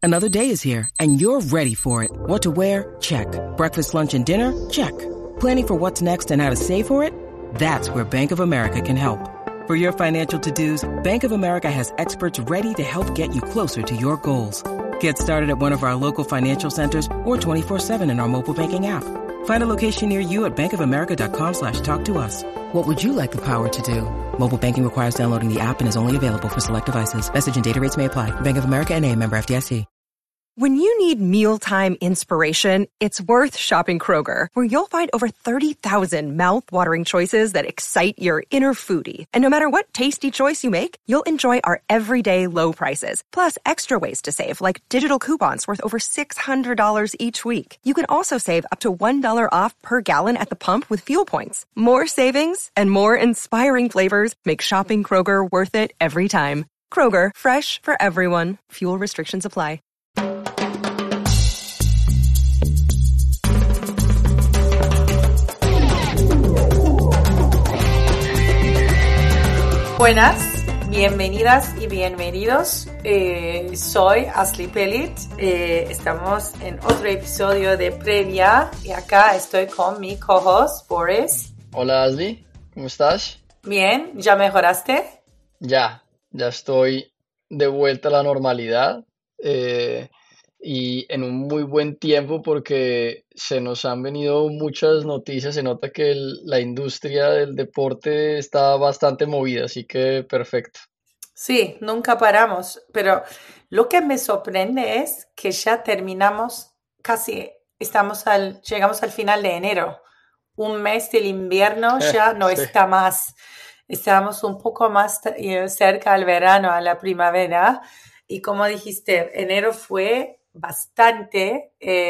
Another day is here, and you're ready for it. What to wear? Check. Breakfast, lunch, and dinner? Check. Planning for what's next and how to save for it? That's where Bank of America can help. For your financial to-dos, Bank of America has experts ready to help get you closer to your goals. Get started at one of our local financial centers or 24/7 in our mobile banking app. Find a location near you at bankofamerica.com/talktous. What would you like the power to do? Mobile banking requires downloading the app and is only available for select devices. Message and data rates may apply. Bank of America N.A., member FDIC. When you need mealtime inspiration, it's worth shopping Kroger, where you'll find over 30,000 mouth-watering choices that excite your inner foodie. And no matter what tasty choice you make, you'll enjoy our everyday low prices, plus extra ways to save, like digital coupons worth over $600 each week. You can also save up to $1 off per gallon at the pump with fuel points. More savings and more inspiring flavors make shopping Kroger worth it every time. Kroger, fresh for everyone. Fuel restrictions apply. Buenas, bienvenidas y bienvenidos. Soy Ashley Pellit. Estamos en otro episodio de Previa y acá estoy con mi co-host Boris. Hola Ashley, ¿cómo estás? Bien, ¿ya mejoraste? Ya estoy de vuelta a la normalidad y en un muy buen tiempo porque se nos han venido muchas noticias. Se nota que la industria del deporte está bastante movida, así que perfecto. Sí, nunca paramos, pero lo que me sorprende es que ya terminamos, casi llegamos al final de enero. Un mes del invierno ya no Sí. está más. Estamos un poco más cerca al verano, a la primavera. Y como dijiste, enero fue bastante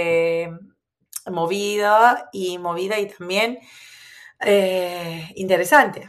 movida y también interesante.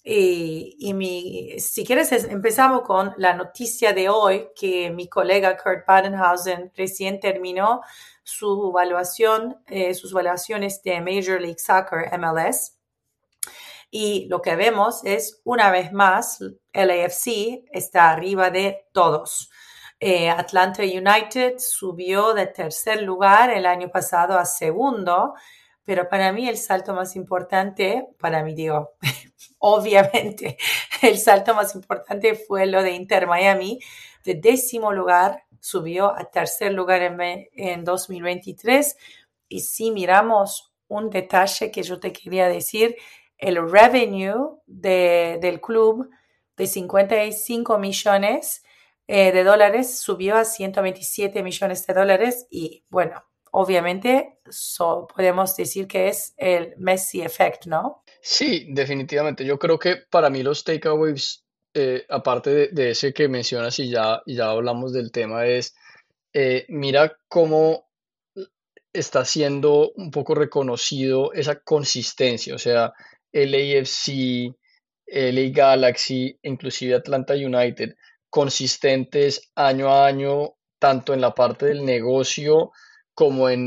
Si quieres, empezamos con la noticia de hoy, que mi colega Kurt Badenhausen recién terminó sus evaluaciones de Major League Soccer, MLS. Y lo que vemos es, una vez más, LAFC está arriba de todos. Atlanta United subió de tercer lugar el año pasado a segundo, pero para mí el salto más importante, obviamente, el salto más importante fue lo de Inter Miami. De décimo lugar subió a tercer lugar en 2023. Y si miramos un detalle que yo te quería decir, el revenue del club de 55 millones de dólares subió a 127 millones de dólares y bueno, obviamente podemos decir que es el Messi effect, ¿no? Sí, definitivamente. Yo creo que para mí los takeaways, aparte de ese que mencionas y ya hablamos del tema, es mira cómo está siendo un poco reconocido esa consistencia. O sea, LAFC, LA Galaxy, inclusive Atlanta United, consistentes año a año, tanto en la parte del negocio como en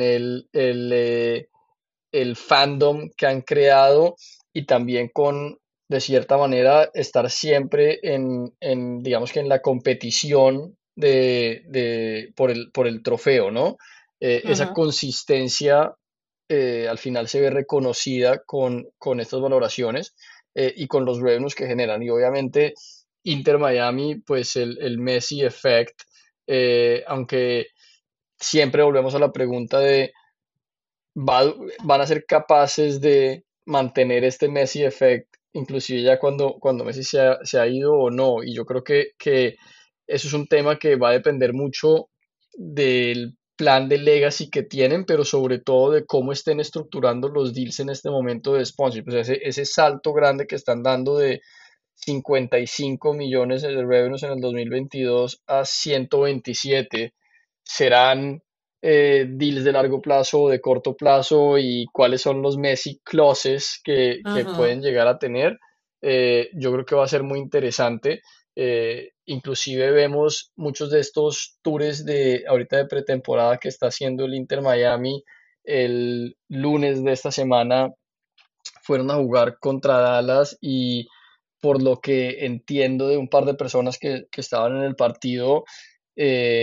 el fandom que han creado y también con, de cierta manera, estar siempre digamos que en la competición por el trofeo, ¿no? Esa Uh-huh. consistencia al final se ve reconocida con estas valoraciones y con los revenues que generan. Y obviamente Inter Miami, pues el Messi effect, aunque siempre volvemos a la pregunta de van a ser capaces de mantener este Messi effect, inclusive ya cuando Messi se ha ido o no. Y yo creo que eso es un tema que va a depender mucho del plan de legacy que tienen, pero sobre todo de cómo estén estructurando los deals en este momento de sponsorship. O sea, ese salto grande que están dando de 55 millones de revenues en el 2022 a 127, serán deals de largo plazo o de corto plazo, y cuáles son los Messi clauses que Uh-huh. pueden llegar a tener. Yo creo que va a ser muy interesante. Inclusive vemos muchos de estos tours de ahorita de pretemporada que está haciendo el Inter Miami. El lunes de esta semana fueron a jugar contra Dallas y por lo que entiendo de un par de personas que estaban en el partido,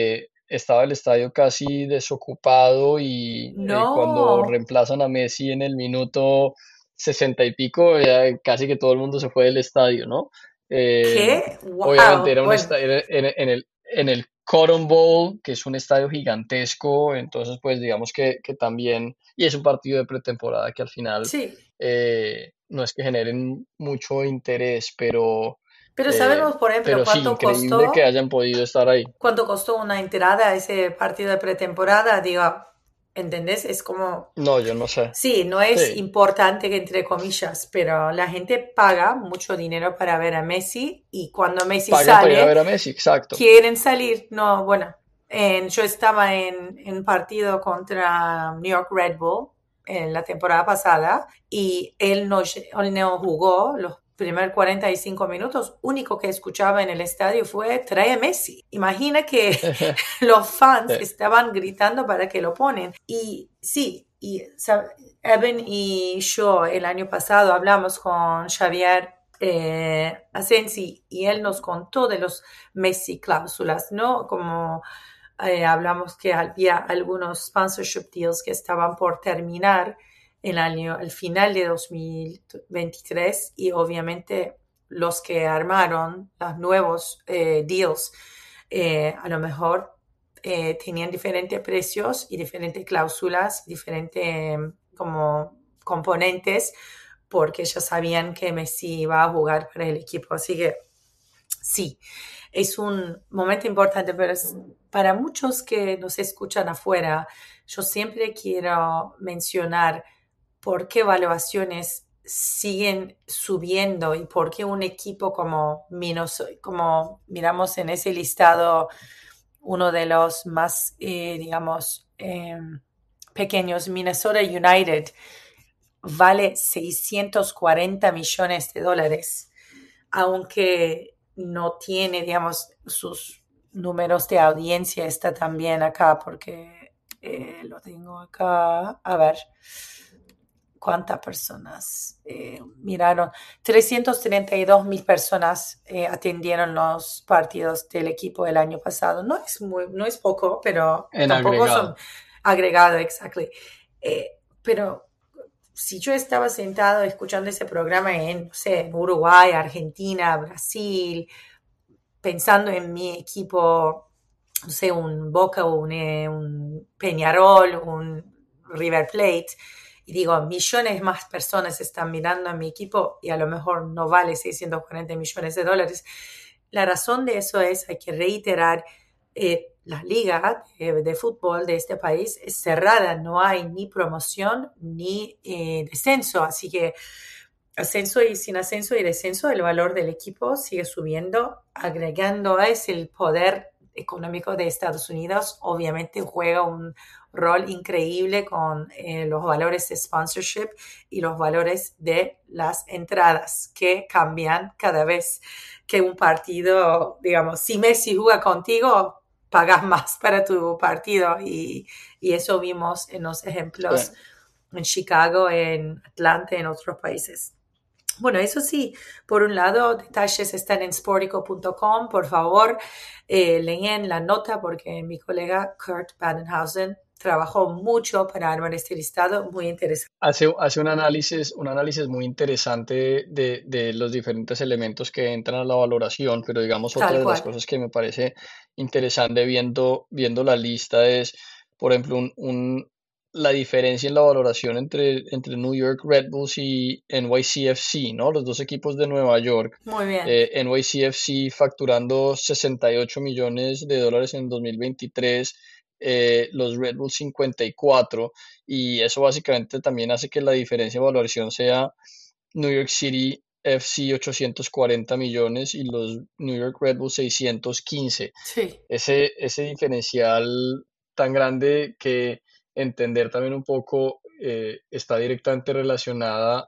estaba el estadio casi desocupado y cuando No, reemplazan a Messi en el minuto 60 y pico, ya casi que todo el mundo se fue del estadio, ¿no? Eh, ¿qué? Obviamente Wow. era un Bueno, estadio en el Cotton Bowl, que es un estadio gigantesco, entonces pues digamos que también, y es un partido de pretemporada que al final sí. no es que generen mucho interés, pero, Pero eh, sabemos, por ejemplo, pero sí, increíble que hayan podido estar ahí. cuánto costó una entrada a ese partido de pretemporada. Digo, ¿entendés? Es como, No, yo no sé. sí, no es Sí, importante que entre comillas, pero la gente paga mucho dinero para ver a Messi y cuando Messi paga para ir a sale, ver a Messi, exacto. quieren salir. No, bueno, yo estaba en un partido contra New York Red Bull en la temporada pasada y él no jugó los primeros 45 minutos. Único que escuchaba en el estadio fue trae a Messi. Imagina que los fans Sí. estaban gritando para que lo ponen. Y sí, Evan y yo el año pasado hablamos con Xavier Asensi y él nos contó de los Messi cláusulas, ¿no? Como hablamos que había algunos sponsorship deals que estaban por terminar el final de 2023 y obviamente los que armaron los nuevos deals a lo mejor tenían diferentes precios y diferentes cláusulas, diferentes como componentes porque ya sabían que Messi iba a jugar para el equipo. Así que sí, es un momento importante, pero para muchos que nos escuchan afuera, yo siempre quiero mencionar por qué evaluaciones siguen subiendo y por qué un equipo como miramos en ese listado, uno de los más, digamos, pequeños, Minnesota United, vale 640 millones de dólares, aunque no tiene, digamos, sus números de audiencia, está también acá, porque lo tengo acá, a ver cuántas personas miraron. 332.000 personas atendieron los partidos del equipo el año pasado. No es poco, pero En tampoco son agregado. agregados, exactly. Pero si yo estaba sentado escuchando ese programa en, no sé, en Uruguay, Argentina, Brasil, pensando en mi equipo, no sé, un Boca, un Peñarol, un River Plate, y digo, millones más personas están mirando a mi equipo y a lo mejor no vale 640 millones de dólares. La razón de eso es, hay que reiterar, la liga de fútbol de este país es cerrada, no hay ni promoción ni descenso, así que ascenso y sin ascenso y descenso, el valor del equipo sigue subiendo, agregando a ese el poder económico de Estados Unidos, obviamente juega un rol increíble con los valores de sponsorship y los valores de las entradas que cambian cada vez que un partido, digamos, si Messi juega contigo, pagas más para tu partido y eso vimos en los Sí. ejemplos en Chicago, en Atlanta, en otros países. Bueno, eso sí, por un lado, detalles están en sportico.com. Por favor, leen la nota porque mi colega Kurt Badenhausen trabajó mucho para armar este listado, muy interesante. Hace un análisis muy interesante de los diferentes elementos que entran a la valoración, pero digamos otra Tal de las cual. cosas que me parece interesante viendo la lista es, por ejemplo, la diferencia en la valoración entre New York Red Bulls y NYCFC, ¿no? Los dos equipos de Nueva York. Muy bien. NYCFC facturando $68 millones en 2023, los Red Bulls 54, y eso básicamente también hace que la diferencia de valoración sea New York City FC 840 millones y los New York Red Bulls 615. Sí, Ese diferencial tan grande que entender también un poco está directamente relacionada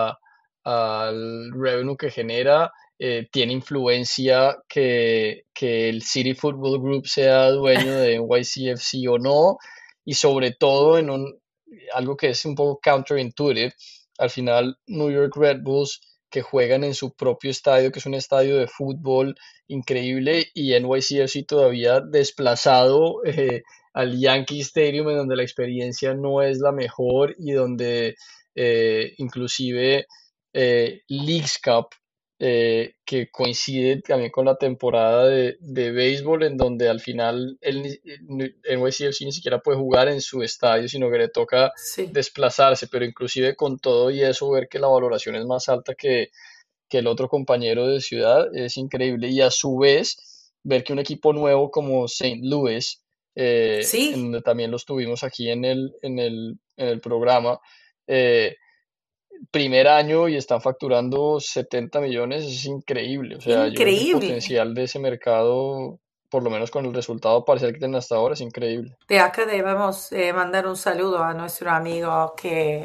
al revenue que genera, tiene influencia que el City Football Group sea dueño de NYCFC o no, y sobre todo algo que es un poco counterintuitive, al final New York Red Bulls, que juegan en su propio estadio, que es un estadio de fútbol increíble, y NYCFC todavía desplazado al Yankee Stadium, en donde la experiencia no es la mejor y donde inclusive Leagues Cup, que coincide también con la temporada de béisbol, en donde al final NYCFC ni siquiera puede jugar en su estadio, sino que le toca Sí, desplazarse, pero inclusive con todo y eso, ver que la valoración es más alta que el otro compañero de ciudad es increíble. Y a su vez, ver que un equipo nuevo como Saint Louis, en sí, donde también los tuvimos aquí en el programa, eh, primer año y están facturando 70 millones, es increíble. O sea, yo creo que el increíble. potencial de ese mercado, por lo menos con el resultado parcial que tienen hasta ahora, es increíble. De acá debemos mandar un saludo a nuestro amigo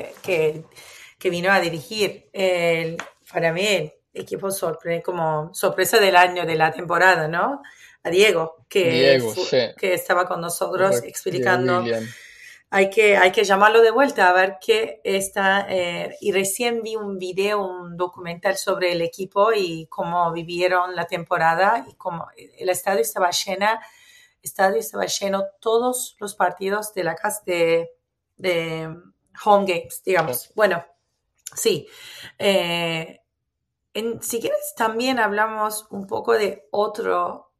que vino a dirigir para mí el equipo como sorpresa del año, de la temporada, ¿no? A Diego, Diego, sí, que estaba con nosotros correcto. Diego explicando. Guiglian. Hay que llamarlo de vuelta a ver qué está. Y recién vi un video, un documental sobre el equipo y cómo vivieron la temporada y cómo el estadio estaba lleno todos los partidos de la casa de home games, Sí. digamos. Bueno, sí. Eh, si quieres, también hablamos un poco de otro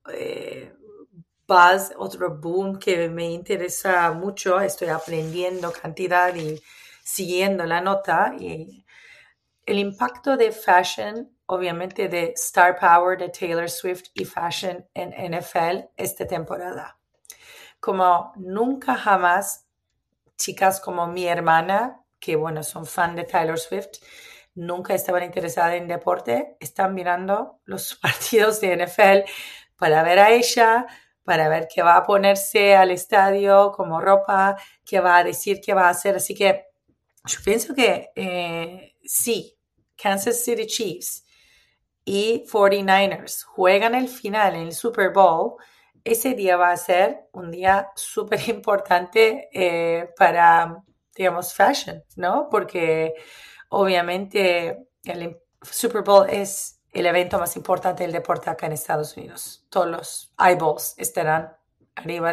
buzz, otro boom que me interesa mucho. Estoy aprendiendo cantidad y siguiendo la nota. Y el impacto de fashion, obviamente de Star Power de Taylor Swift y fashion en NFL esta temporada. Como nunca jamás, chicas como mi hermana, que bueno, son fan de Taylor Swift, nunca estaban interesadas en deporte, están mirando los partidos de NFL para ver a ella, para ver qué va a ponerse al estadio como ropa, qué va a decir, qué va a hacer. Así que yo pienso que sí, Kansas City Chiefs y 49ers juegan el final en el Super Bowl, ese día va a ser un día súper importante para, digamos, fashion, ¿no? Porque obviamente el Super Bowl es el evento más importante del deporte acá en Estados Unidos. Todos los eyeballs estarán arriba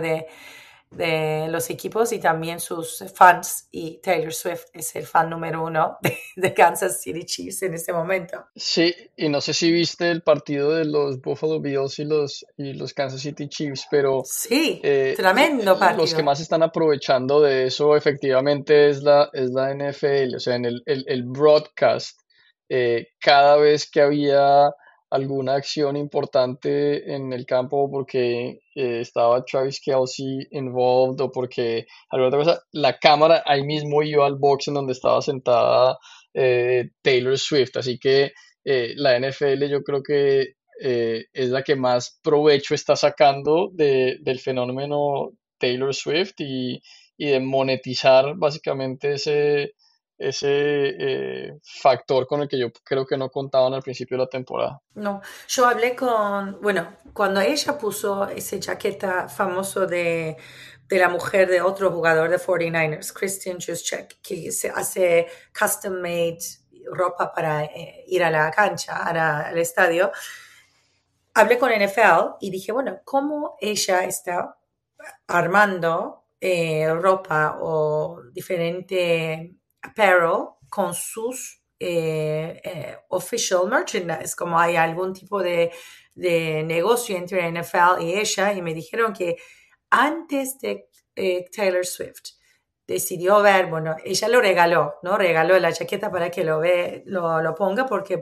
de los equipos y también sus fans, y Taylor Swift es el fan número uno de Kansas City Chiefs en este momento. Sí, y no sé si viste el partido de los Buffalo Bills y los Kansas City Chiefs, pero Sí, eh, tremendo los que partido. más están aprovechando de eso efectivamente es la NFL. O sea, en el broadcast, cada vez que había alguna acción importante en el campo porque estaba Travis Kelce involved o porque alguna otra cosa, la cámara ahí mismo iba al box en donde estaba sentada Taylor Swift. Así que la NFL yo creo que es la que más provecho está sacando del fenómeno Taylor Swift y de monetizar básicamente ese factor con el que yo creo que no contaban al principio de la temporada. No, yo hablé bueno, cuando ella puso ese chaqueta famoso de la mujer de otro jugador de 49ers, Christian Juszczyk, que se hace custom made ropa para ir a la cancha, al estadio, hablé con NFL y dije, bueno, ¿cómo ella está armando ropa o diferente apparel con sus official merchandise? Como hay algún tipo de negocio entre NFL y ella, y me dijeron que antes de Taylor Swift decidió ver, bueno, ella lo regaló, ¿no? Regaló la chaqueta para que lo ponga porque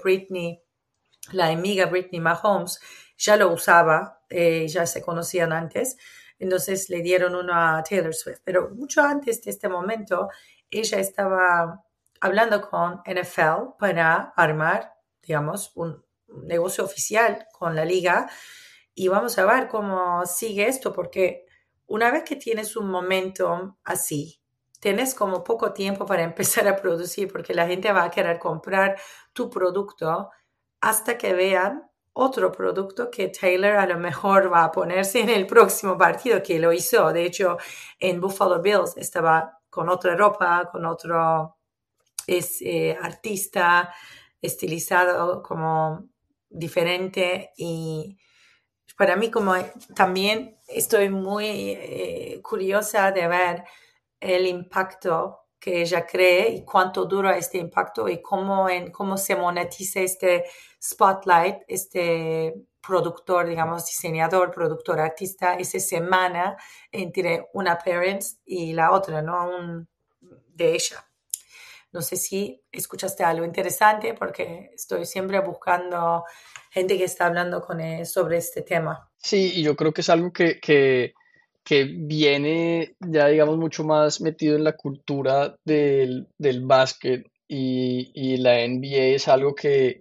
la amiga Britney Mahomes, ya lo usaba, ya se conocían antes, entonces le dieron uno a Taylor Swift. Pero mucho antes de este momento, ella estaba hablando con NFL para armar, digamos, un negocio oficial con la liga, y vamos a ver cómo sigue esto, porque una vez que tienes un momento así, tienes como poco tiempo para empezar a producir, porque la gente va a querer comprar tu producto hasta que vean otro producto que Taylor a lo mejor va a ponerse en el próximo partido, que lo hizo. De hecho, en Buffalo Bills estaba con otra ropa, con otro artista, estilizado, como diferente. Y para mí como también estoy muy curiosa de ver el impacto que ella cree y cuánto dura este impacto y cómo se monetiza este spotlight, este productor, digamos, diseñador, productor, artista, esa semana entre una appearance y la otra, ¿no? De ella. No sé si escuchaste algo interesante porque estoy siempre buscando gente que está hablando sobre este tema. Sí, y yo creo que es algo que viene ya, digamos, mucho más metido en la cultura del básquet y la NBA es algo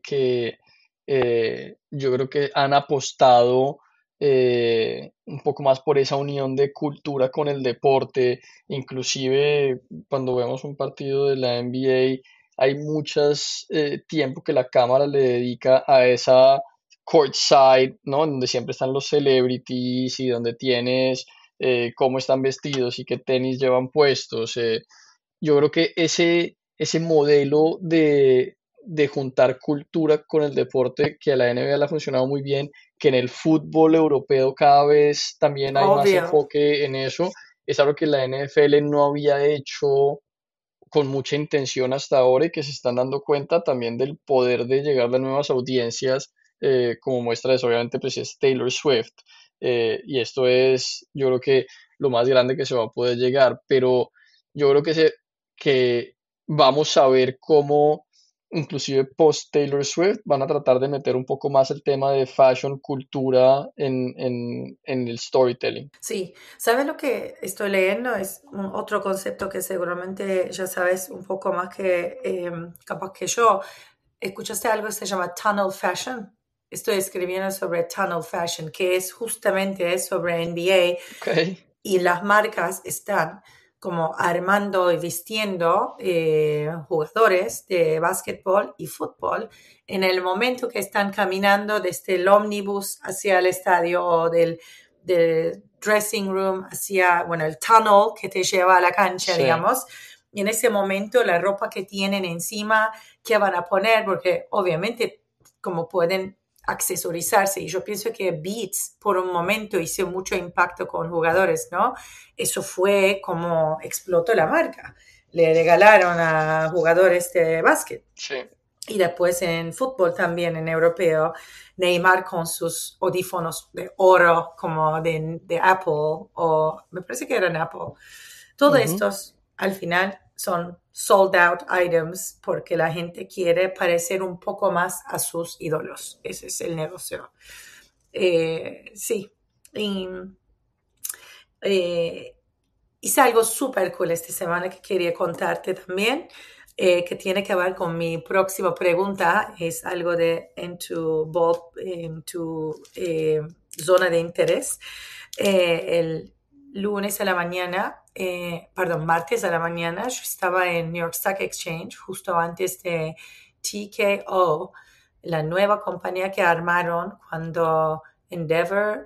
que yo creo que han apostado un poco más por esa unión de cultura con el deporte. Inclusive cuando vemos un partido de la NBA hay muchas tiempo que la cámara le dedica a esa courtside, ¿no? En donde siempre están los celebrities y donde tienes cómo están vestidos y qué tenis llevan puestos. Yo creo que ese modelo de juntar cultura con el deporte que a la NBA le ha funcionado muy bien, que en el fútbol europeo cada vez también hay más Obvio. enfoque en eso, es algo que la NFL no había hecho con mucha intención hasta ahora y que se están dando cuenta también del poder de llegar a nuevas audiencias, como muestra de eso, obviamente, pues es Taylor Swift. Y esto es, yo creo que lo más grande que se va a poder llegar, pero yo creo que vamos a ver cómo, inclusive post Taylor Swift, van a tratar de meter un poco más el tema de fashion, cultura en el storytelling. Sí, ¿sabes lo que estoy leyendo? Es otro concepto que seguramente ya sabes un poco más que capaz que yo. ¿Escuchaste algo que se llama tunnel fashion? Estoy escribiendo sobre tunnel fashion, que es justamente sobre NBA Ok, y las marcas están como armando y vistiendo jugadores de básquetbol y fútbol en el momento que están caminando desde el ómnibus hacia el estadio o del dressing room hacia, bueno, el tunnel que te lleva a la cancha, sí, digamos. Y en ese momento la ropa que tienen encima, qué van a poner, porque obviamente como pueden accesorizarse. Y yo pienso que Beats por un momento hizo mucho impacto con jugadores, ¿no? Eso fue como explotó la marca. Le regalaron a jugadores de básquet. sí. Y después en fútbol también, en europeo, Neymar con sus audífonos de oro como de Apple, o me parece que eran Apple. Todos Ujú. estos al final son sold out items porque la gente quiere parecer un poco más a sus ídolos. Ese es el negocio. Sí. Y, eh, hice algo súper cool esta semana que quería contarte también, que tiene que ver con mi próxima pregunta. Es algo en tu zona de interés. El lunes a la mañana, perdón, martes a la mañana, yo estaba en New York Stock Exchange justo antes de TKO, la nueva compañía que armaron cuando Endeavor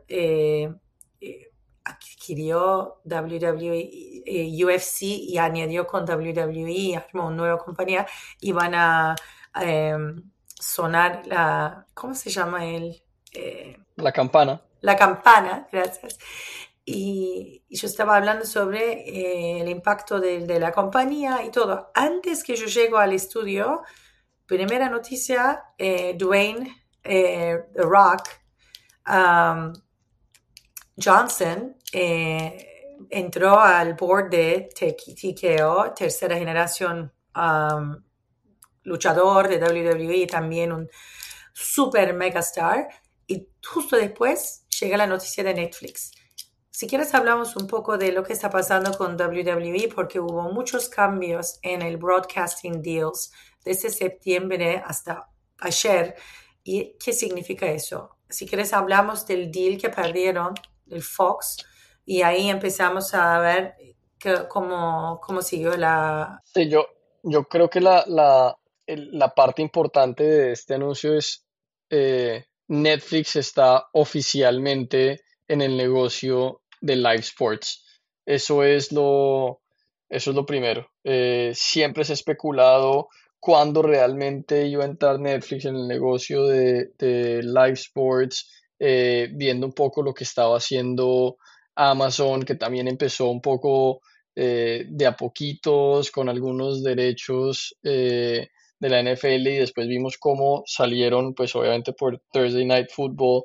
adquirió WWE, UFC y añadió con WWE, armó una nueva compañía y van a eh, sonar ¿cómo se llama él? La campana. La campana, gracias. Y yo estaba hablando sobre el impacto de la compañía y todo. Antes que yo llego al estudio, primera noticia, Dwayne The Rock um, Johnson entró al board de TKO, tercera generación luchador de WWE, también un super megastar. Y justo después llega la noticia de Netflix. Si quieres hablamos un poco de lo que está pasando con WWE porque hubo muchos cambios en el broadcasting deals desde septiembre hasta ayer. ¿Y qué significa eso? Si quieres hablamos del deal que perdieron, del Fox, y ahí empezamos a ver cómo siguió la... Sí, yo creo que la parte importante de este anuncio es Netflix está oficialmente en el negocio de live sports. Eso es lo, eso es lo primero. Siempre se ha especulado cuándo realmente iba a entrar Netflix en el negocio de live sports, viendo un poco lo que estaba haciendo Amazon, que también empezó un poco de a poquitos con algunos derechos de la NFL y después vimos cómo salieron, pues obviamente por Thursday Night Football,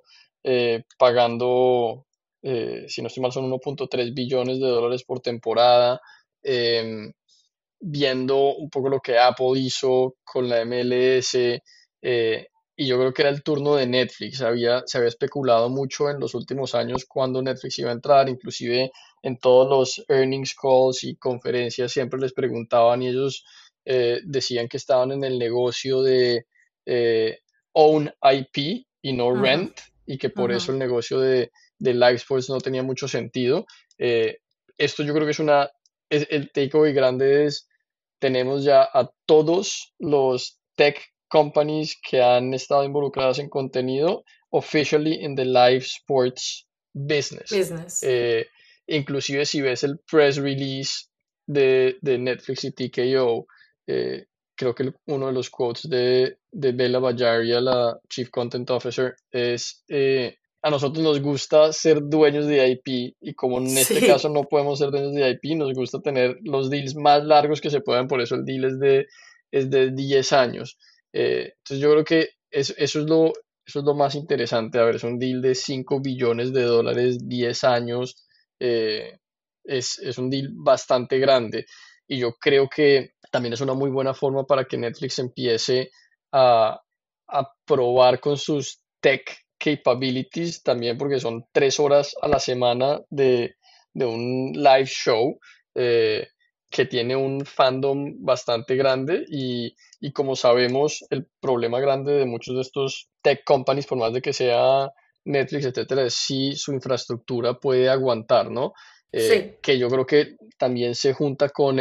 pagando, si no estoy mal, son 1.3 billones de dólares por temporada. em, Viendo un poco lo que Apple hizo con la MLS, y yo creo que era el turno de Netflix. Se había especulado mucho en los últimos años cuándo Netflix iba a entrar, inclusive en todos los earnings calls y conferencias siempre les preguntaban y ellos decían que estaban en el negocio de eh, own IP y no Ujú, rent, y que por eso ujú. el negocio de live sports no tenía mucho sentido. Eh, Esto yo creo que el takeaway grande es tenemos ya a todos los tech companies que han estado involucrados en contenido officially in the live sports business. Business. Eh, Inclusive si ves el press release de Netflix y TKO, creo que uno de los quotes de Bella Bajaria, la Chief Content Officer, es a nosotros nos gusta ser dueños de IP y como en este caso Sí, no podemos ser dueños de IP, nos gusta tener los deals más largos que se puedan, por eso el deal es de 10 años. Entonces yo creo que eso es lo más interesante. A ver, es un deal de 5 billones de dólares, 10 años. eh, es un deal bastante grande y yo creo que también es una muy buena forma para que Netflix empiece a probar con sus tech capabilities también porque son 3 horas a la semana de un live show eh, que tiene un fandom bastante grande y como sabemos el problema grande de muchos de estos tech companies, por más de que sea Netflix, etcétera, es si su infraestructura puede aguantar, ¿no? sí. Que yo creo que también se junta con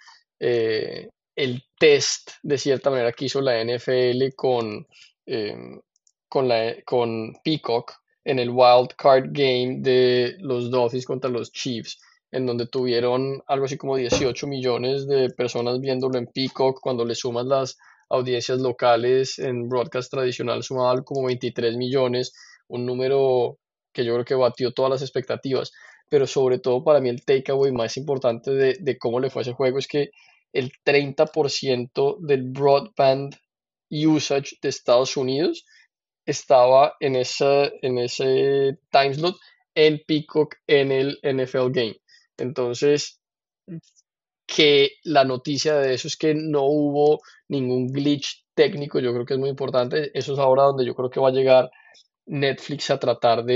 el test de cierta manera que hizo la NFL eh, con Peacock en el Wild Card Game de los Dolphins contra los Chiefs, en donde tuvieron algo así como 18 millones de personas viéndolo en Peacock, cuando le sumas las audiencias locales en broadcast tradicional sumaba algo como 23 millones, un número que yo creo que batió todas las expectativas, pero sobre todo para mí el takeaway más importante de cómo le fue ese juego es que el 30% del broadband usage de Estados Unidos estaba en ese time slot en Peacock en el NFL Game. Entonces, que la noticia de eso es que no hubo ningún glitch técnico, yo creo que es muy importante. Eso es ahora donde yo creo que va a llegar Netflix a tratar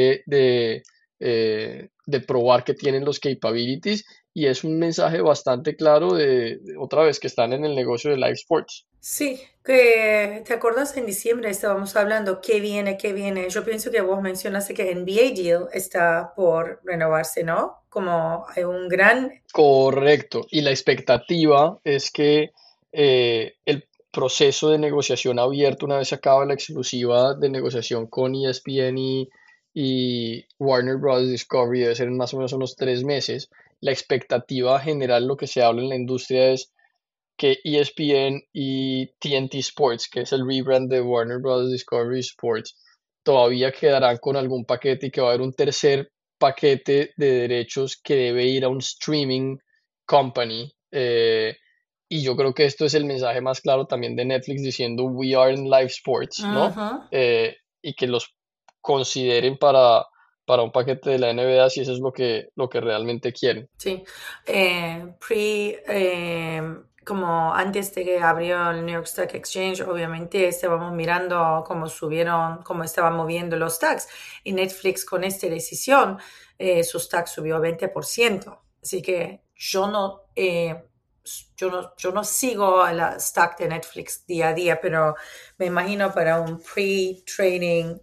de probar que tienen los capabilities y es un mensaje bastante claro otra vez que están en el negocio de live sports. Sí, que te acuerdas en diciembre estábamos hablando qué viene, qué viene. Yo pienso que vos mencionaste que NBA deal está por renovarse, ¿no? Como hay un gran, Correcto. Y la expectativa es que el proceso de negociación abierto, una vez se acaba la exclusiva de negociación con ESPN y Warner Bros. Discovery, debe ser en más o menos unos 3 meses. La expectativa general, lo que se habla en la industria es que ESPN y TNT Sports, que es el rebrand de Warner Bros. Discovery Sports, todavía quedarán con algún paquete y que va a haber un tercer paquete de derechos que debe ir a un streaming company. Y yo creo que esto es el mensaje más claro también de Netflix diciendo We are in live sports, ¿no? ujú, Y que los consideren para un paquete de la NBA si eso es lo que realmente quieren. sí, como antes de que abrió el New York Stock Exchange, obviamente estábamos mirando cómo subieron, cómo estaban moviendo los stocks. Y Netflix con esta decisión, su stock subió 20%. Así que yo no sigo la stock de Netflix día a día, pero me imagino para un pre-trading,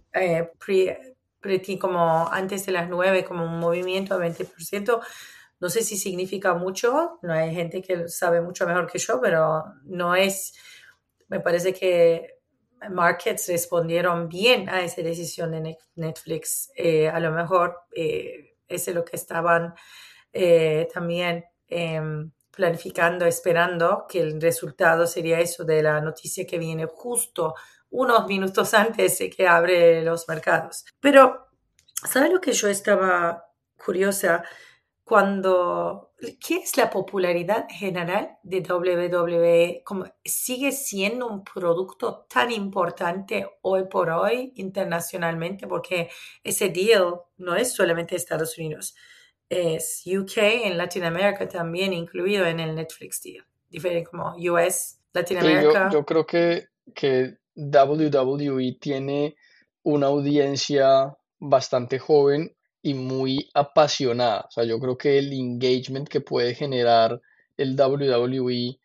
como antes de las 9 como un movimiento de 20%. No sé si significa mucho, no hay gente que sabe mucho mejor que yo, pero no es, me parece que markets respondieron bien a esa decisión de Netflix. A lo mejor es lo que estaban también planificando, esperando que el resultado sería eso de la noticia que viene justo unos minutos antes de que abre los mercados. Pero, ¿sabes lo que yo estaba curiosa? ¿Qué es la popularidad general de WWE? ¿Sigue siendo un producto tan importante hoy por hoy internacionalmente? Porque ese deal no es solamente Estados Unidos, es UK en Latinoamérica también incluido en el Netflix deal. Diferente como US, Sí, yo Latinoamérica. creo que WWE tiene una audiencia bastante joven y muy apasionada. O sea, yo creo que el engagement que puede generar el WWE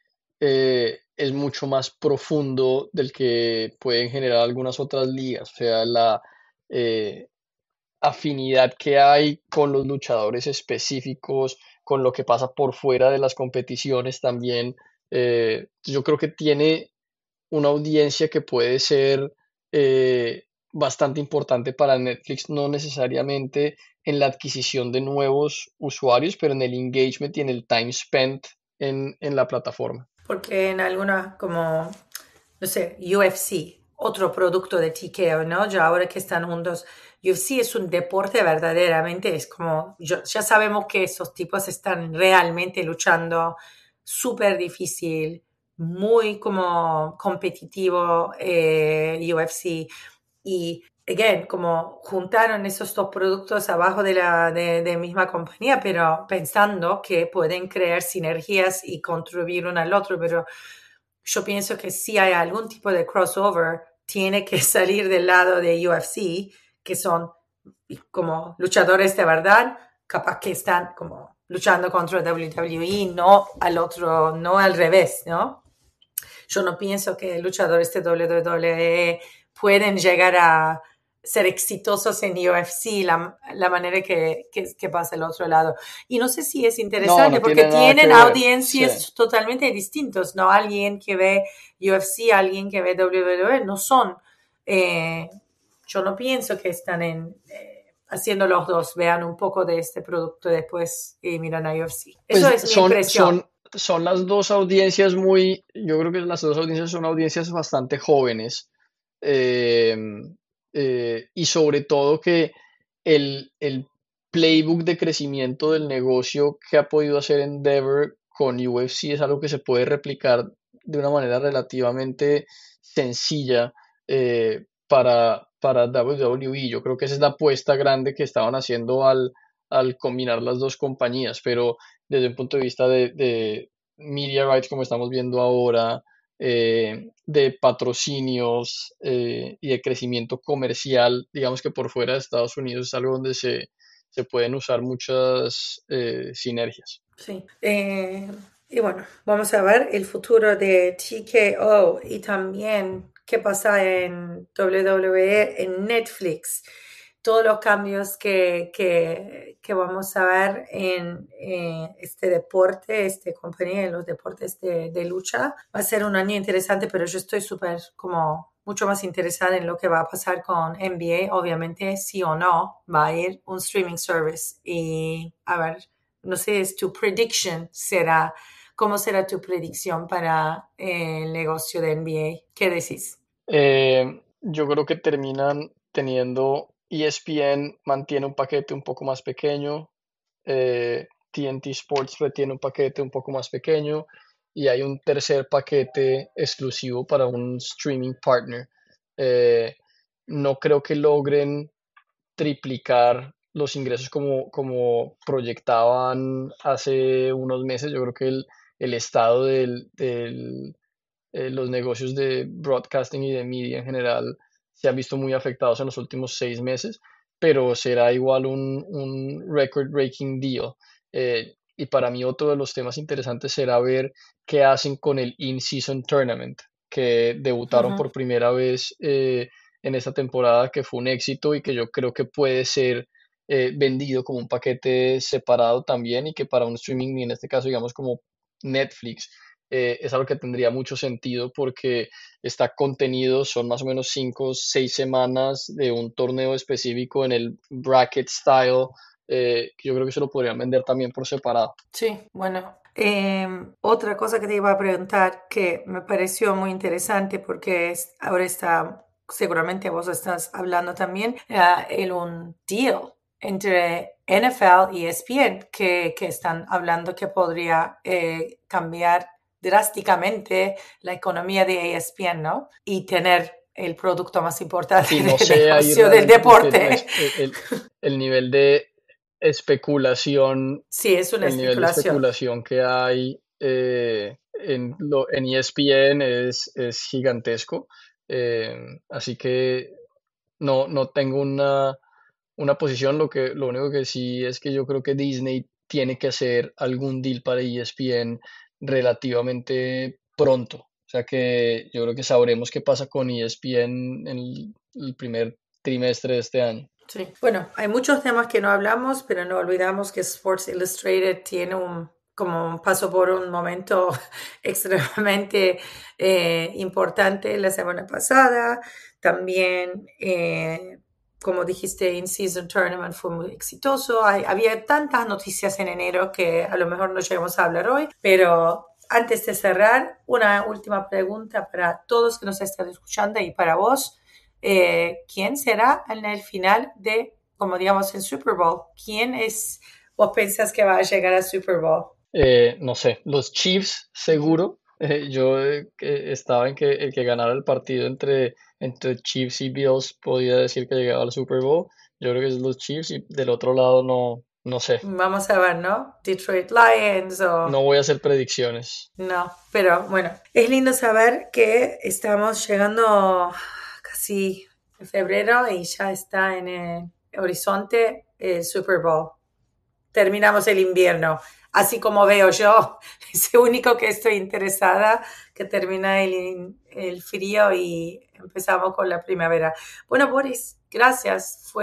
es mucho más profundo del que pueden generar algunas otras ligas. O sea, la eh, afinidad que hay con los luchadores específicos, con lo que pasa por fuera de las competiciones también. Yo creo que tiene una audiencia que puede ser bastante importante para Netflix, no necesariamente en la adquisición de nuevos usuarios, pero en el engagement y en el time spent en la plataforma. Porque en algunas, como, no sé, UFC, otro producto de TKO, ¿no? Ya ahora que están juntos, UFC es un deporte verdaderamente, es como, ya sabemos que esos tipos están realmente luchando súper difícil, muy como competitivo UFC. Y, again, como juntaron esos dos productos abajo de misma compañía, pero pensando que pueden crear sinergias y contribuir uno al otro, pero yo pienso que si hay algún tipo de crossover, tiene que salir del lado de UFC, que son como luchadores de verdad, capaz que están como luchando contra WWE, no al otro, no al revés, ¿no? Yo no pienso que luchadores de WWE pueden llegar a ser exitosos en UFC la manera que pasa el otro lado. Y no sé si es No, interesante no porque tiene nada que tienen ver. Sí. audiencias totalmente distintos, ¿no? Alguien que ve UFC, alguien que ve WWE, no son. eh, yo no pienso que están haciendo los dos, vean un poco de este producto después y miran a UFC. Eso Pues es mi impresión. son las dos audiencias muy, yo creo que las dos audiencias son audiencias bastante jóvenes, eh, y sobre todo que el playbook de crecimiento del negocio que ha podido hacer Endeavor con UFC es algo que se puede replicar de una manera relativamente sencilla para WWE. Yo creo que esa es la apuesta grande que estaban haciendo al combinar las dos compañías, pero desde un punto de vista de media rights, como estamos viendo ahora, de patrocinios y de crecimiento comercial, digamos que por fuera de Estados Unidos es algo donde se pueden usar muchas sinergias. Sí. Y bueno, vamos a ver el futuro de TKO y también qué pasa en WWE, en Netflix. Todos los cambios que vamos a ver en este deporte, esta compañía, en los deportes de lucha. Va a ser un año interesante, pero yo estoy súper como mucho más interesada en lo que va a pasar con NBA. Obviamente, sí o no, va a ir un streaming service. Y a ver, no sé, es tu prediction será, ¿cómo será tu predicción para el negocio de NBA? ¿Qué decís? Yo creo que terminan teniendo ESPN mantiene un paquete un poco más pequeño, TNT Sports retiene un paquete un poco más pequeño y hay un tercer paquete exclusivo para un streaming partner. Eh, no creo que logren triplicar los ingresos como proyectaban hace unos meses. Yo creo que el estado los negocios de broadcasting y de media en general se han visto muy afectados en los últimos 6 meses, pero será igual un record-breaking deal. Y para mí otro de los temas interesantes será ver qué hacen con el In-Season Tournament, que debutaron Ujú. por primera vez en esta temporada, que fue un éxito y que yo creo que puede ser vendido como un paquete separado también y que para un streaming, y en este caso digamos como Netflix, es algo que tendría mucho sentido porque está contenido, son más o menos 5 o 6 semanas de un torneo específico en el bracket style yo creo que se lo podrían vender también por separado. Sí, bueno. Otra cosa que te iba a preguntar que me pareció muy interesante porque ahora está, seguramente vos estás hablando también, un deal entre NFL y ESPN que están hablando que podría cambiar drásticamente la economía de ESPN, ¿no? Y tener el producto más importante no del deporte. El nivel de especulación. Sí, es una el nivel de especulación que hay en ESPN es gigantesco. Así que no tengo una posición. Lo único que sí es que yo creo que Disney tiene que hacer algún deal para ESPN relativamente pronto. O sea que yo creo que sabremos qué pasa con ESPN en el primer trimestre de este año. Sí. Bueno, hay muchos temas que no hablamos, pero no olvidamos que Sports Illustrated tiene pasó por un momento extremadamente importante la semana pasada. También, como dijiste, In-Season Tournament fue muy exitoso. Había tantas noticias en enero que a lo mejor no llegamos a hablar hoy, pero antes de cerrar, una última pregunta para todos que nos están escuchando y para vos. ¿Quién será en el final de, como digamos, el Super Bowl? ¿Quién vos pensás que va a llegar al Super Bowl? No sé, los Chiefs seguro. Yo estaba en que el que ganara el partido entre Chiefs y Bills podía decir que llegaba al Super Bowl. Yo creo que es los Chiefs y del otro lado no sé. Vamos a ver, ¿no? Detroit Lions o... No voy a hacer predicciones. No, pero bueno, es lindo saber que estamos llegando casi en febrero y ya está en el horizonte el Super Bowl. Terminamos el invierno. Así como veo yo, es lo único que estoy interesada, que termina el frío y empezamos con la primavera. Bueno, Boris, gracias.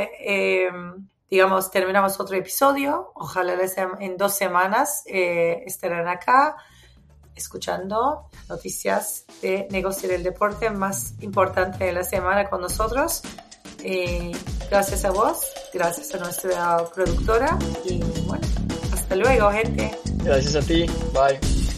Terminamos otro episodio. Ojalá en 2 semanas estarán acá escuchando noticias de negocio del deporte más importante de la semana con nosotros. Gracias a vos, gracias a nuestra productora y bueno, hasta luego, gente. Gracias a ti, bye.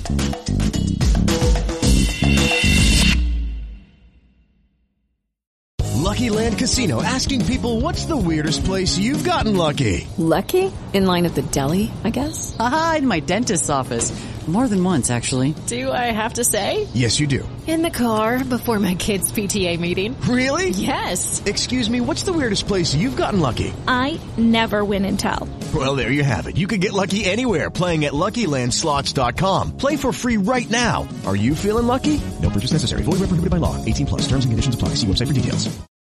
Lucky Land Casino, asking people, what's the weirdest place you've gotten lucky? Lucky? In line at the deli, I guess? Aha, in my dentist's office. More than once, actually. Do I have to say? Yes, you do. In the car before my kids' PTA meeting. Really? Yes. Excuse me, what's the weirdest place you've gotten lucky? I never win and tell. Well, there you have it. You can get lucky anywhere, playing at LuckyLandSlots.com. Play for free right now. Are you feeling lucky? No purchase necessary. Void where prohibited by law. 18+. Terms and conditions apply. See website for details.